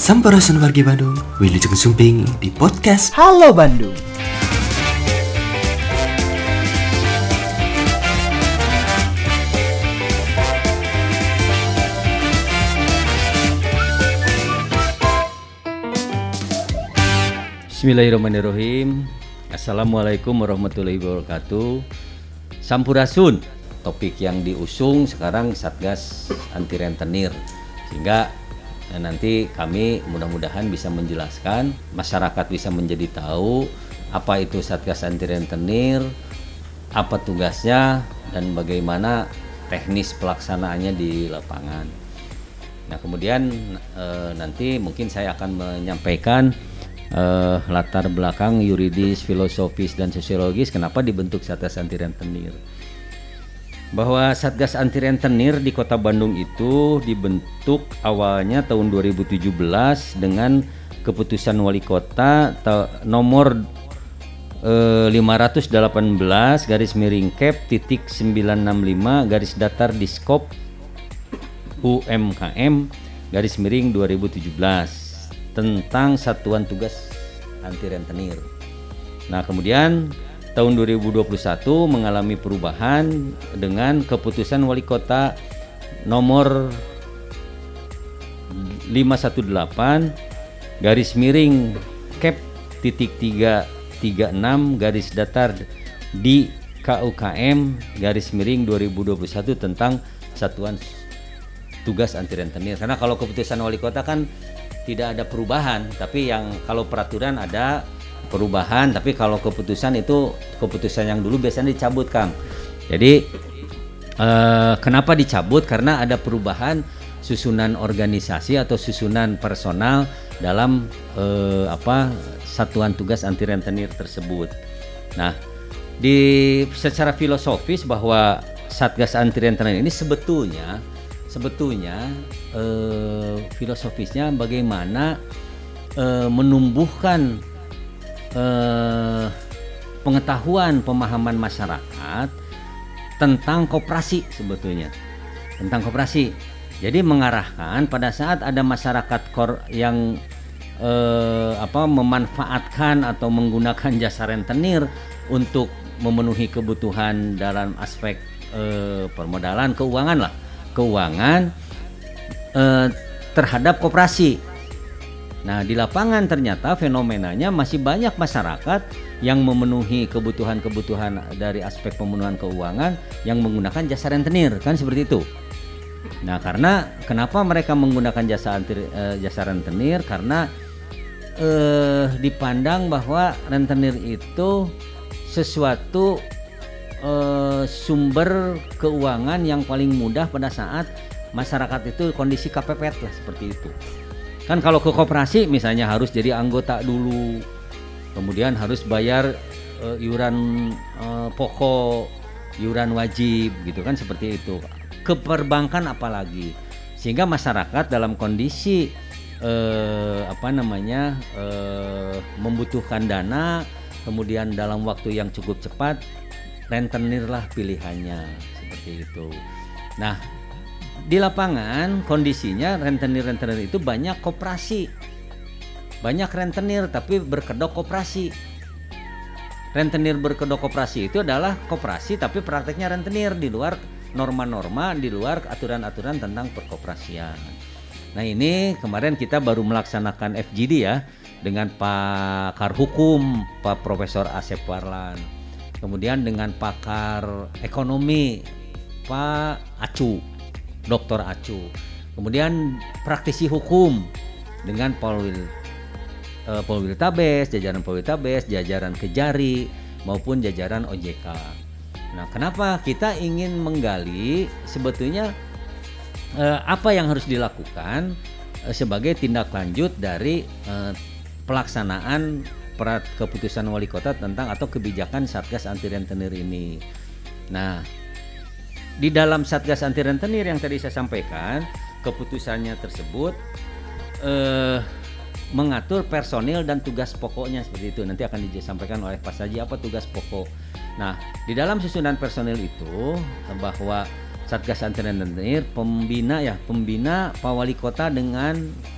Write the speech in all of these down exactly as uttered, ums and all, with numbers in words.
Sampurasun wargi Bandung, Wilujeng Sumping di podcast Halo Bandung. Bismillahirrahmanirrahim. Assalamualaikum warahmatullahi wabarakatuh. Sampurasun, topik yang diusung sekarang Satgas Anti Rentenir, sehingga nah, nanti kami mudah-mudahan bisa menjelaskan, masyarakat bisa menjadi tahu apa itu Satgas Anti Rentenir, apa tugasnya, dan bagaimana teknis pelaksanaannya di lapangan. Nah kemudian e, nanti mungkin saya akan menyampaikan e, latar belakang yuridis, filosofis, dan sosiologis kenapa dibentuk Satgas Anti Rentenir. Bahwa Satgas Anti Rentenir di Kota Bandung itu dibentuk awalnya tahun dua ribu tujuh belas dengan keputusan wali kota nomor eh, lima ratus delapan belas garis miring Kep titik sembilan enam lima garis datar Diskop U M K M garis miring dua ribu tujuh belas tentang Satuan Tugas Anti Rentenir. Nah kemudian tahun dua ribu dua puluh satu mengalami perubahan dengan keputusan wali kota nomor lima satu delapan garis miring Kep titik tiga tiga enam garis datar di K U K M garis miring dua ribu dua puluh satu tentang Satuan Tugas Anti Rentenir. Karena kalau keputusan wali kota kan tidak ada perubahan, tapi yang kalau peraturan ada perubahan, tapi kalau keputusan itu keputusan yang dulu biasanya dicabut, Kang. Jadi eh, kenapa dicabut? Karena ada perubahan susunan organisasi atau susunan personal dalam eh, apa Satuan Tugas Anti Rentenir tersebut. Nah, di secara filosofis bahwa Satgas Anti Rentenir ini sebetulnya sebetulnya eh, filosofisnya bagaimana eh, menumbuhkan Eh, pengetahuan pemahaman masyarakat tentang koperasi sebetulnya tentang koperasi. Jadi mengarahkan pada saat ada masyarakat kor yang eh, apa memanfaatkan atau menggunakan jasa rentenir untuk memenuhi kebutuhan dalam aspek eh, permodalan keuangan lah keuangan eh, terhadap koperasi. Nah di lapangan ternyata fenomenanya masih banyak masyarakat yang memenuhi kebutuhan-kebutuhan dari aspek pemenuhan keuangan yang menggunakan jasa rentenir, kan seperti itu. Nah karena kenapa mereka menggunakan jasa anti, eh, jasa rentenir? Karena eh, dipandang bahwa rentenir itu sesuatu eh, sumber keuangan yang paling mudah pada saat masyarakat itu kondisi kepepet lah seperti itu. Kan kalau ke koperasi misalnya harus jadi anggota dulu, kemudian harus bayar e, iuran e, pokok, iuran wajib gitu kan seperti itu. Ke perbankan apalagi, sehingga masyarakat dalam kondisi e, apa namanya e, membutuhkan dana, kemudian dalam waktu yang cukup cepat, rentenirlah pilihannya seperti itu. Nah di lapangan kondisinya rentenir-rentenir itu banyak koperasi, banyak rentenir tapi berkedok koperasi. Rentenir berkedok koperasi itu adalah koperasi tapi prakteknya rentenir di luar norma-norma, di luar aturan-aturan tentang perkoperasian. Nah ini kemarin kita baru melaksanakan F G D ya dengan pakar hukum Pak Profesor Asep Warlan, kemudian dengan pakar ekonomi Pak Acu, Doktor Acu, kemudian praktisi hukum dengan Polwil uh, Polwiltabes, jajaran Polwiltabes, jajaran Kejari maupun jajaran O J K. Nah, kenapa kita ingin menggali sebetulnya uh, apa yang harus dilakukan uh, sebagai tindak lanjut dari uh, pelaksanaan perat keputusan wali kota tentang atau kebijakan Satgas Anti Rentenir ini. Nah, di dalam Satgas Anti Rentenir yang tadi saya sampaikan, keputusannya tersebut eh, mengatur personil dan tugas pokoknya seperti itu. Nanti akan disampaikan oleh Pak Saji apa tugas pokok. Nah, di dalam susunan personil itu bahwa Satgas Anti Rentenir pembina ya, pembina Pak Wali Kota dengan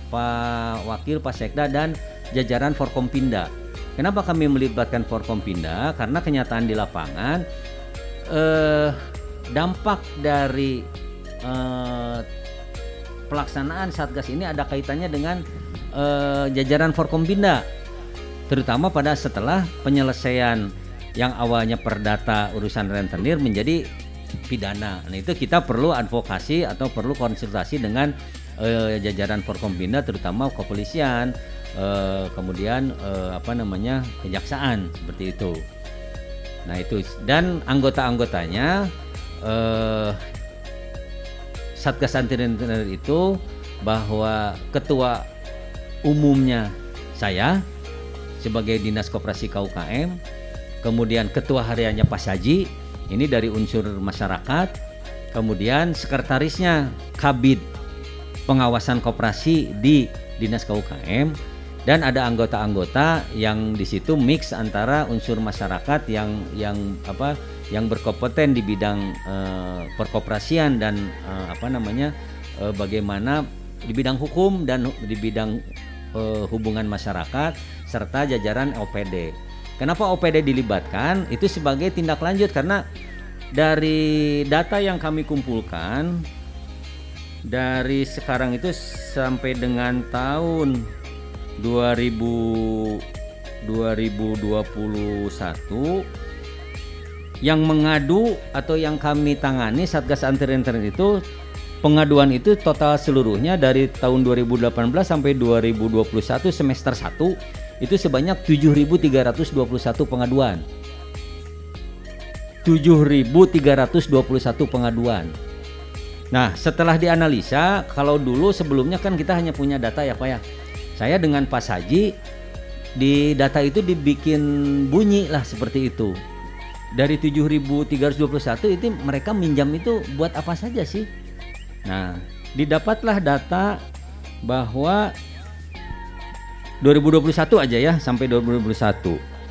Pak Wakil, Pak Sekda dan jajaran Forkompinda. Kenapa kami melibatkan Forkompinda? Karena kenyataan di lapangan eh, dampak dari eh, pelaksanaan Satgas ini ada kaitannya dengan eh, jajaran Forkompinda, terutama pada setelah penyelesaian yang awalnya perdata urusan rentenir menjadi pidana. Nah itu kita perlu advokasi atau perlu konsultasi dengan eh, jajaran Forkompinda, terutama kepolisian, eh, kemudian eh, apa namanya kejaksaan seperti itu. Nah itu dan anggota-anggotanya eh, Satgas anti rentenir itu bahwa ketua umumnya saya sebagai Dinas Koperasi K U K M, kemudian ketua hariannya Pak Saji, ini dari unsur masyarakat, kemudian sekretarisnya Kabid Pengawasan Koperasi di Dinas K U K M, dan ada anggota-anggota yang di situ mix antara unsur masyarakat yang yang apa yang berkompeten di bidang eh, perkoperasian dan eh, apa namanya eh, bagaimana di bidang hukum dan di bidang eh, hubungan masyarakat serta jajaran O P D. Kenapa O P D dilibatkan? Itu sebagai tindak lanjut karena dari data yang kami kumpulkan dari sekarang itu sampai dengan tahun dua ribu dua puluh satu yang mengadu atau yang kami tangani Satgas anti rentenir itu, pengaduan itu total seluruhnya dari tahun dua ribu delapan belas sampai dua ribu dua puluh satu semester satu itu sebanyak tujuh ribu tiga ratus dua puluh satu pengaduan. tujuh ribu tiga ratus dua puluh satu pengaduan. Nah, setelah dianalisa, kalau dulu sebelumnya kan kita hanya punya data ya Pak ya. Saya dengan Pak Saji di data itu dibikin bunyi lah seperti itu. Dari tujuh ribu tiga ratus dua puluh satu itu mereka minjam itu buat apa saja sih? Nah, didapatlah data bahwa dua ribu dua puluh satu aja ya, sampai dua ribu dua puluh satu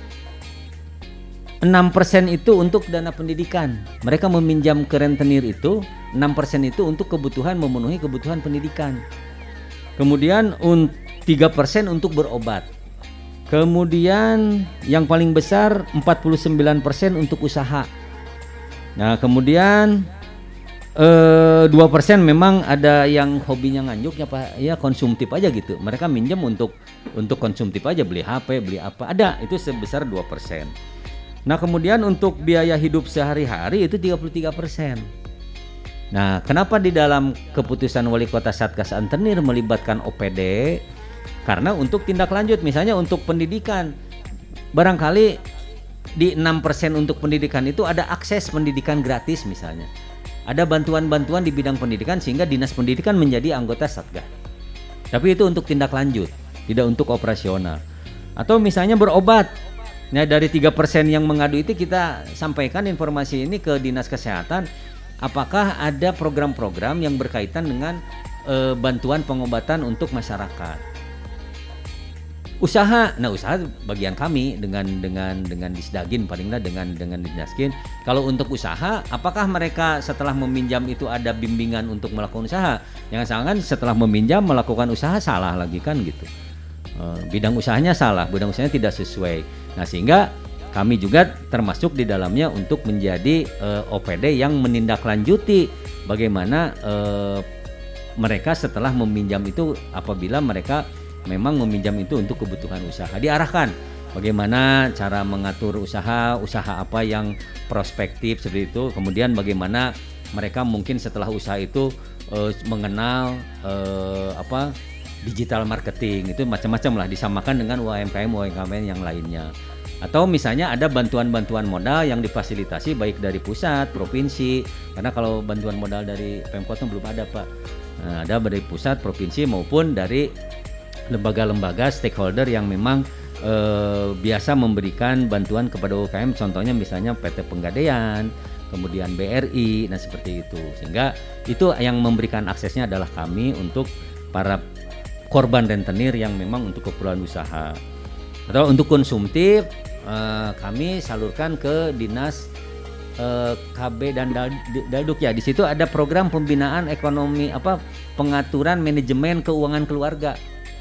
enam persen itu untuk dana pendidikan. Mereka meminjam ke rentenir itu enam persen itu untuk kebutuhan memenuhi kebutuhan pendidikan. Kemudian tiga persen untuk berobat. Kemudian yang paling besar empat puluh sembilan persen untuk usaha. Nah, kemudian eh, dua persen memang ada yang hobinya nganjuk ya Pak, ya konsumtif aja gitu. Mereka minjem untuk untuk konsumtif aja, beli H P, beli apa. Ada, itu sebesar dua persen. Nah, kemudian untuk biaya hidup sehari-hari itu tiga puluh tiga persen. Nah, kenapa di dalam keputusan Wali Kota Satgas Antenir melibatkan O P D? Karena untuk tindak lanjut, misalnya untuk pendidikan, barangkali di enam persen untuk pendidikan itu ada akses pendidikan gratis misalnya. Ada bantuan-bantuan di bidang pendidikan sehingga Dinas Pendidikan menjadi anggota Satgas. Tapi itu untuk tindak lanjut, tidak untuk operasional. Atau misalnya berobat. Nah, dari tiga persen yang mengadu itu kita sampaikan informasi ini ke Dinas Kesehatan. Apakah ada program-program yang berkaitan dengan e, bantuan pengobatan untuk masyarakat? Usaha, nah usaha bagian kami dengan dengan dengan Disdagin palinglah dengan dengan Disdagin. Kalau untuk usaha, apakah mereka setelah meminjam itu ada bimbingan untuk melakukan usaha? Jangan-jangan setelah meminjam melakukan usaha salah lagi kan gitu. E, bidang usahanya salah, bidang usahanya tidak sesuai. Nah, sehingga kami juga termasuk di dalamnya untuk menjadi uh, O P D yang menindaklanjuti bagaimana uh, mereka setelah meminjam itu, apabila mereka memang meminjam itu untuk kebutuhan usaha, diarahkan bagaimana cara mengatur usaha, usaha apa yang prospektif seperti itu, kemudian bagaimana mereka mungkin setelah usaha itu uh, mengenal uh, apa digital marketing, itu macam-macam lah, disamakan dengan U M K M U M K M yang lainnya. Atau misalnya ada bantuan-bantuan modal yang difasilitasi baik dari pusat, provinsi, karena kalau bantuan modal dari Pemkot belum ada Pak. Nah, ada dari pusat, provinsi maupun dari lembaga-lembaga stakeholder yang memang eh, biasa memberikan bantuan kepada U M K M, contohnya misalnya P T Penggadaian, kemudian B R I, nah seperti itu. Sehingga itu yang memberikan aksesnya adalah kami untuk para korban rentenir yang memang untuk keperluan usaha. Atau untuk konsumtif, eh, kami salurkan ke Dinas eh, K B dan Dal- Dalduk ya. Di situ ada program pembinaan ekonomi apa pengaturan manajemen keuangan keluarga.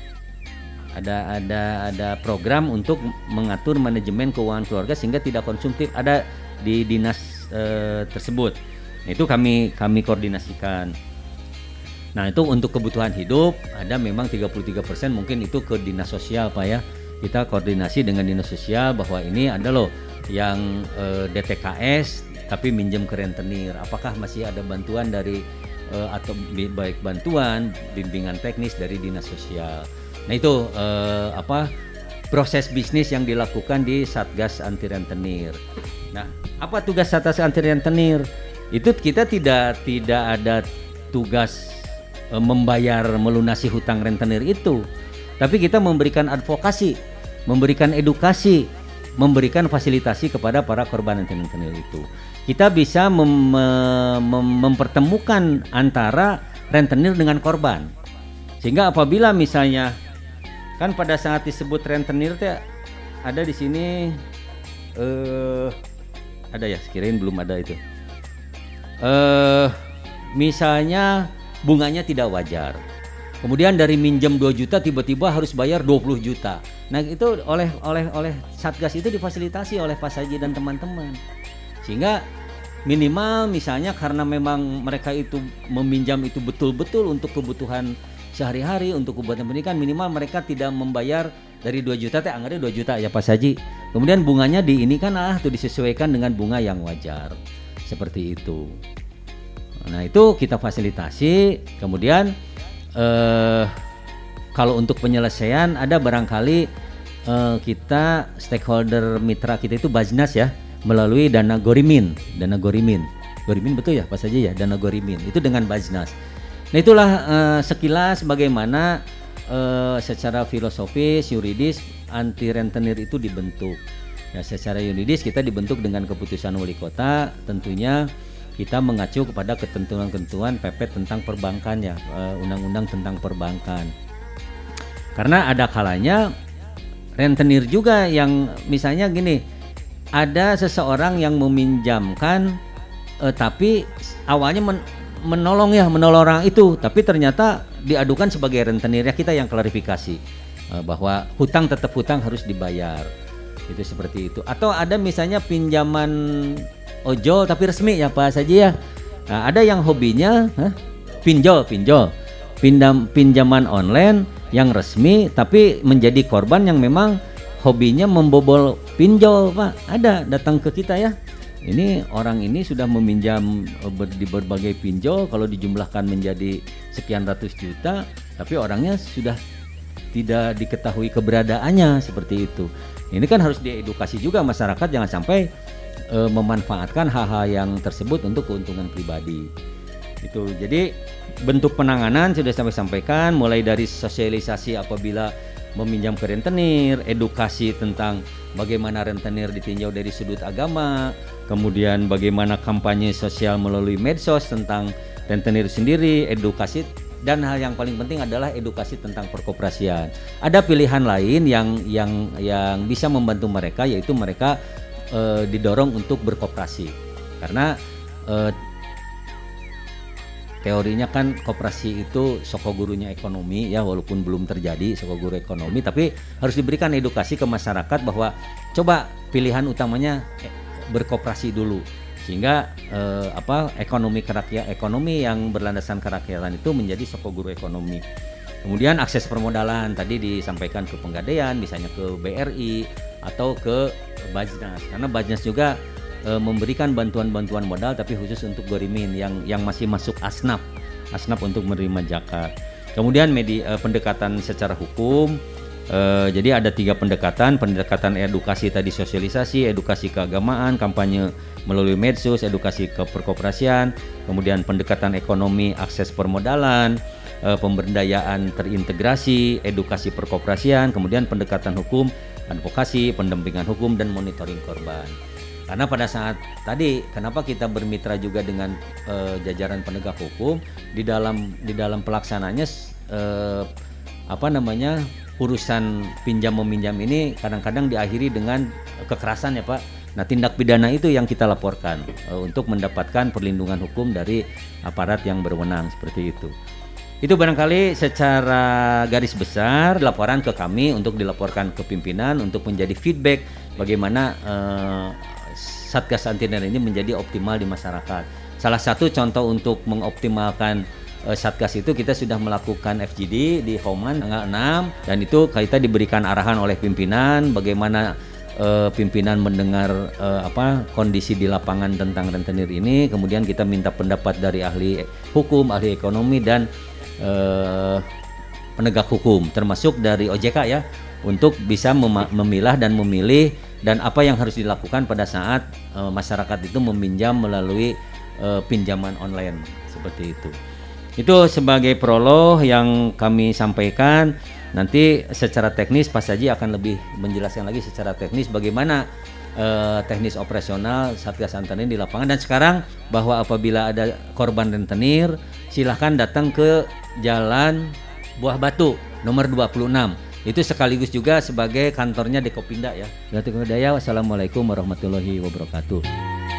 Ada ada ada program untuk mengatur manajemen keuangan keluarga sehingga tidak konsumtif, ada di dinas eh, tersebut. Nah, itu kami kami koordinasikan. Nah, itu untuk kebutuhan hidup ada memang tiga puluh tiga persen mungkin itu ke dinas sosial Pak ya. Kita koordinasi dengan dinas sosial bahwa ini ada loh yang eh, D T K S tapi minjem ke rentenir. Apakah masih ada bantuan dari eh, atau baik bantuan bimbingan teknis dari dinas sosial. Nah itu eh, apa proses bisnis yang dilakukan di Satgas Anti Rentenir. Nah, apa tugas Satgas Anti Rentenir? Itu kita tidak tidak ada tugas eh, membayar melunasi hutang rentenir itu, tapi kita memberikan advokasi, memberikan edukasi, memberikan fasilitasi kepada para korban rentenir itu. Kita bisa mem- mem- mempertemukan antara rentenir dengan korban, sehingga apabila misalnya kan pada saat disebut rentenir teh ada di sini eh ada ya, sekirain belum ada itu. Eh misalnya bunganya tidak wajar. Kemudian dari minjem dua juta tiba-tiba harus bayar dua puluh juta. Nah, itu oleh oleh oleh Satgas itu difasilitasi oleh Pak Saji dan teman-teman. Sehingga minimal misalnya karena memang mereka itu meminjam itu betul-betul untuk kebutuhan sehari-hari, untuk kebutuhan pendidikan, minimal mereka tidak membayar dari dua juta teh anggarnya dua juta ya Pak Saji. Kemudian bunganya di ini kan ah tuh disesuaikan dengan bunga yang wajar. Seperti itu. Nah, itu kita fasilitasi. Kemudian eh kalau untuk penyelesaian ada barangkali eh, kita stakeholder mitra kita itu Bajnas ya, melalui dana Gorimin, dana Gorimin. Gorimin betul ya Pak Saji ya, dana Gorimin. Itu dengan Bajnas. Nah, itulah uh, sekilas bagaimana uh, secara filosofis yuridis anti rentenir itu dibentuk. Ya, secara yuridis kita dibentuk dengan keputusan wali kota, tentunya kita mengacu kepada ketentuan-ketentuan P P tentang perbankan ya, uh, undang-undang tentang perbankan. Karena ada kalanya rentenir juga yang misalnya gini, ada seseorang yang meminjamkan uh, tapi awalnya men menolong ya menolong orang itu, tapi ternyata diadukan sebagai rentenir ya, kita yang klarifikasi uh, bahwa hutang tetap hutang harus dibayar, itu seperti itu. Atau ada misalnya pinjaman ojol tapi resmi ya Pak Saji ya. Nah, ada yang hobinya huh, pinjol pinjol pindam pinjaman online yang resmi tapi menjadi korban yang memang hobinya membobol pinjol Pak. Ada datang ke kita ya. Ini orang ini sudah meminjam ber, di berbagai pinjol, kalau dijumlahkan menjadi sekian ratus juta, tapi orangnya sudah tidak diketahui keberadaannya, seperti itu. Ini kan harus diedukasi juga masyarakat, jangan sampai e, memanfaatkan hal-hal yang tersebut untuk keuntungan pribadi. Itu. Jadi bentuk penanganan sudah sampai sampaikan, mulai dari sosialisasi apabila meminjam ke rentenir, edukasi tentang bagaimana rentenir ditinjau dari sudut agama, kemudian bagaimana kampanye sosial melalui medsos tentang rentenir sendiri, edukasi, dan hal yang paling penting adalah edukasi tentang perkoperasian. Ada pilihan lain yang yang yang bisa membantu mereka, yaitu mereka e, didorong untuk berkoperasi. Karena e, teorinya kan koperasi itu soko gurunya ekonomi ya, walaupun belum terjadi soko guru ekonomi, tapi harus diberikan edukasi ke masyarakat bahwa coba pilihan utamanya berkoperasi dulu, sehingga eh, apa ekonomi kerakyat ekonomi yang berlandaskan kerakyatan itu menjadi soko guru ekonomi. Kemudian akses permodalan tadi disampaikan ke Penggadaian, misalnya ke B R I atau ke Bajnas, karena Bajnas juga E, memberikan bantuan-bantuan modal tapi khusus untuk Gorimin yang yang masih masuk asnaf asnaf untuk menerima zakat. Kemudian media e, pendekatan secara hukum, e, jadi ada tiga pendekatan: pendekatan edukasi tadi, sosialisasi, edukasi keagamaan, kampanye melalui medsos, edukasi ke perkoperasian, kemudian pendekatan ekonomi, akses permodalan, e, pemberdayaan terintegrasi, edukasi perkoperasian, kemudian pendekatan hukum, advokasi, pendampingan hukum, dan monitoring korban. Karena pada saat tadi kenapa kita bermitra juga dengan e, jajaran penegak hukum di dalam di dalam pelaksananya e, apa namanya urusan pinjam meminjam ini kadang-kadang diakhiri dengan kekerasan ya Pak, Nah, tindak pidana itu yang kita laporkan uh, untuk mendapatkan perlindungan hukum dari aparat yang berwenang seperti itu. Itu barangkali secara garis besar laporan ke kami untuk dilaporkan ke pimpinan untuk menjadi feedback bagaimana uh, Satgas Anti Neror ini menjadi optimal di masyarakat. Salah satu contoh untuk mengoptimalkan uh, Satgas itu kita sudah melakukan F G D di Homan tanggal enam dan itu kita diberikan arahan oleh pimpinan bagaimana uh, pimpinan mendengar uh, apa kondisi di lapangan tentang rentenir ini, kemudian kita minta pendapat dari ahli hukum, ahli ekonomi dan uh, penegak hukum termasuk dari O J K ya untuk bisa mem- memilah dan memilih dan apa yang harus dilakukan pada saat uh, masyarakat itu meminjam melalui uh, pinjaman online seperti itu. Itu sebagai prolog yang kami sampaikan. Nanti secara teknis Pak Saji akan lebih menjelaskan lagi secara teknis bagaimana uh, teknis operasional Satgas Anti Neror di lapangan. Dan sekarang bahwa apabila ada korban rentenir silahkan datang ke Jalan Buah Batu nomor dua puluh enam. Itu sekaligus juga sebagai kantornya Dekopinda ya. Wassalamualaikum warahmatullahi wabarakatuh.